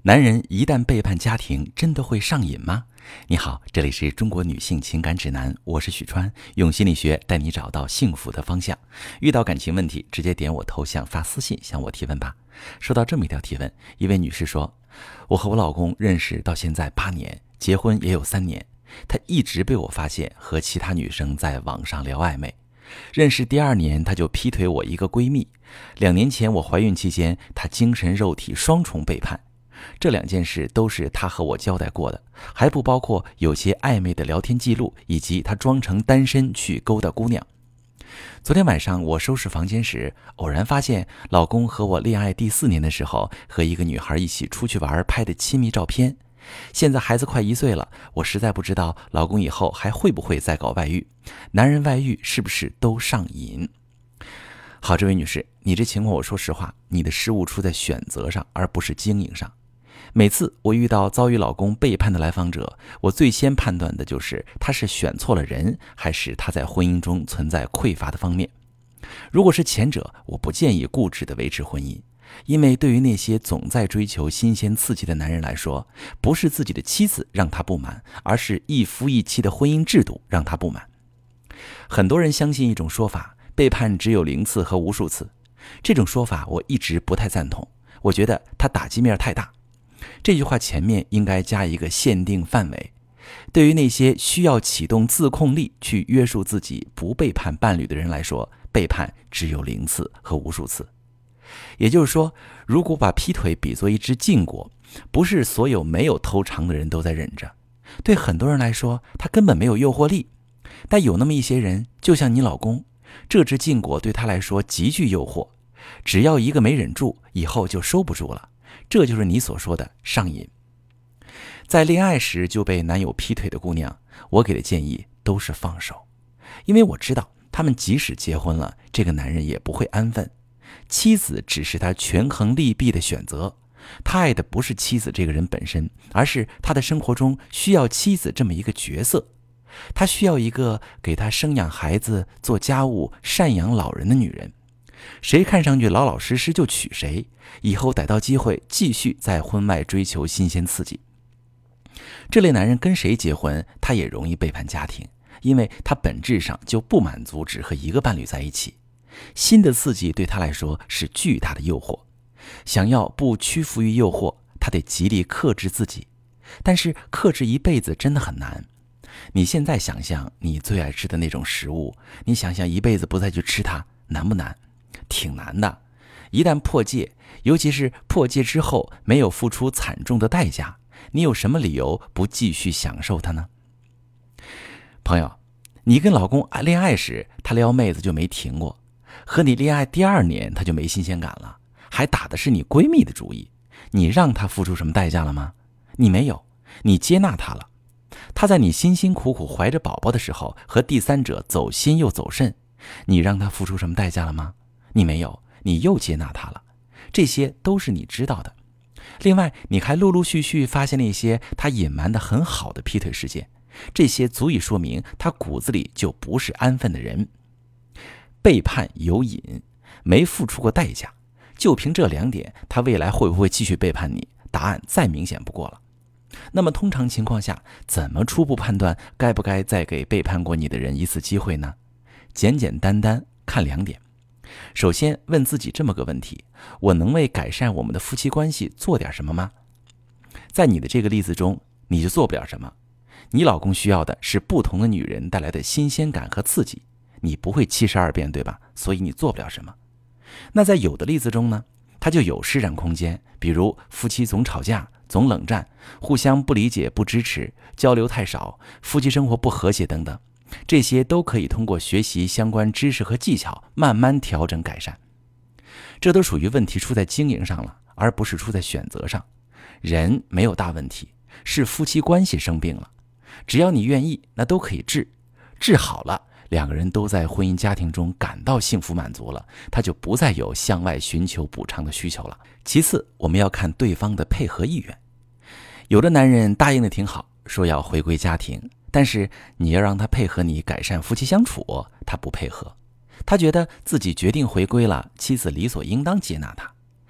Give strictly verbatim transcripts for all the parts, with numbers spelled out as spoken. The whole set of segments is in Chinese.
男人一旦背叛家庭，真的会上瘾吗？你好，这里是中国女性情感指南，我是许川，用心理学带你找到幸福的方向。遇到感情问题，直接点我头像发私信向我提问吧。收到这么一条提问，一位女士说，我和我老公认识到现在八年，结婚也有三年，他一直被我发现和其他女生在网上聊暧昧。认识第二年他就劈腿我一个闺蜜，两年前我怀孕期间，他精神肉体双重背叛。这两件事都是他和我交代过的，还不包括有些暧昧的聊天记录，以及他装成单身去勾搭姑娘。昨天晚上我收拾房间时，偶然发现老公和我恋爱第四年的时候和一个女孩一起出去玩拍的亲密照片。现在孩子快一岁了，我实在不知道老公以后还会不会再搞外遇，男人外遇是不是都上瘾？好，这位女士，你这情况我说实话，你的失误出在选择上，而不是经营上。每次我遇到遭遇老公背叛的来访者，我最先判断的就是他是选错了人，还是他在婚姻中存在匮乏的方面。如果是前者，我不建议固执地维持婚姻，因为对于那些总在追求新鲜刺激的男人来说，不是自己的妻子让他不满，而是一夫一妻的婚姻制度让他不满。很多人相信一种说法，背叛只有零次和无数次。这种说法我一直不太赞同，我觉得它打击面太大。这句话前面应该加一个限定范围，对于那些需要启动自控力去约束自己不背叛伴侣的人来说，背叛只有零次和无数次。也就是说，如果把劈腿比作一只禁果，不是所有没有偷尝的人都在忍着，对很多人来说他根本没有诱惑力，但有那么一些人，就像你老公，这只禁果对他来说极具诱惑，只要一个没忍住，以后就收不住了，这就是你所说的上瘾。在恋爱时就被男友劈腿的姑娘，我给的建议都是放手，因为我知道他们即使结婚了，这个男人也不会安分，妻子只是他权衡利弊的选择，他爱的不是妻子这个人本身，而是他的生活中需要妻子这么一个角色，他需要一个给他生养孩子、做家务、赡养老人的女人。谁看上去老老实实就娶谁，以后逮到机会继续在婚外追求新鲜刺激。这类男人跟谁结婚，他也容易背叛家庭，因为他本质上就不满足只和一个伴侣在一起。新的刺激对他来说是巨大的诱惑，想要不屈服于诱惑，他得极力克制自己，但是克制一辈子真的很难。你现在想象你最爱吃的那种食物，你想象一辈子不再去吃它，难不难？挺难的。一旦破戒，尤其是破戒之后没有付出惨重的代价，你有什么理由不继续享受它呢？朋友，你跟老公恋爱时，他撩妹子就没停过，和你恋爱第二年他就没新鲜感了，还打的是你闺蜜的主意。你让他付出什么代价了吗？你没有，你接纳他了。他在你辛辛苦苦怀着宝宝的时候和第三者走心又走肾，你让他付出什么代价了吗？你没有，你又接纳他了。这些都是你知道的。另外，你还陆陆续续发现了一些他隐瞒得很好的劈腿事件，这些足以说明他骨子里就不是安分的人。背叛有瘾，没付出过代价，就凭这两点，他未来会不会继续背叛你？答案再明显不过了。那么通常情况下，怎么初步判断该不该再给背叛过你的人一次机会呢？简简单单看两点。首先问自己这么个问题，我能为改善我们的夫妻关系做点什么吗？在你的这个例子中，你就做不了什么。你老公需要的是不同的女人带来的新鲜感和刺激，你不会七十二变，对吧？所以你做不了什么。那在有的例子中呢，他就有施展空间，比如夫妻总吵架、总冷战，互相不理解、不支持，交流太少，夫妻生活不和谐等等，这些都可以通过学习相关知识和技巧慢慢调整改善。这都属于问题出在经营上了，而不是出在选择上。人没有大问题，是夫妻关系生病了，只要你愿意，那都可以治。治好了，两个人都在婚姻家庭中感到幸福满足了，他就不再有向外寻求补偿的需求了。其次，我们要看对方的配合意愿。有的男人答应的挺好，说要回归家庭，但是你要让他配合你改善夫妻相处，他不配合。他觉得自己决定回归了，妻子理所应当接纳他。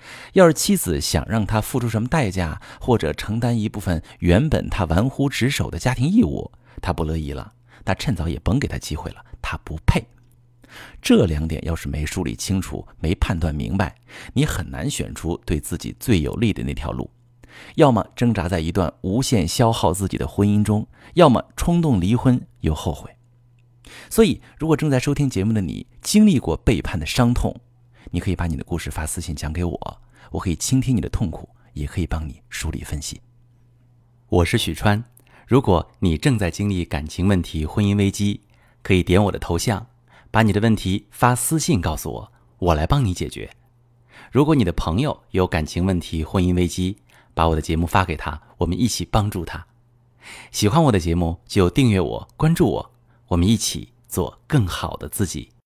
要是妻子想让他付出什么代价，或者承担一部分原本他玩忽职守的家庭义务，他不乐意了，那趁早也甭给他机会了，他不配。这两点要是没梳理清楚，没判断明白，你很难选出对自己最有利的那条路。要么挣扎在一段无限消耗自己的婚姻中，要么冲动离婚又后悔。所以如果正在收听节目的你经历过背叛的伤痛，你可以把你的故事发私信讲给我，我可以倾听你的痛苦，也可以帮你梳理分析。我是许川，如果你正在经历感情问题、婚姻危机，可以点我的头像，把你的问题发私信告诉我，我来帮你解决。如果你的朋友有感情问题、婚姻危机，把我的节目发给他，我们一起帮助他。喜欢我的节目就订阅我、关注我，我们一起做更好的自己。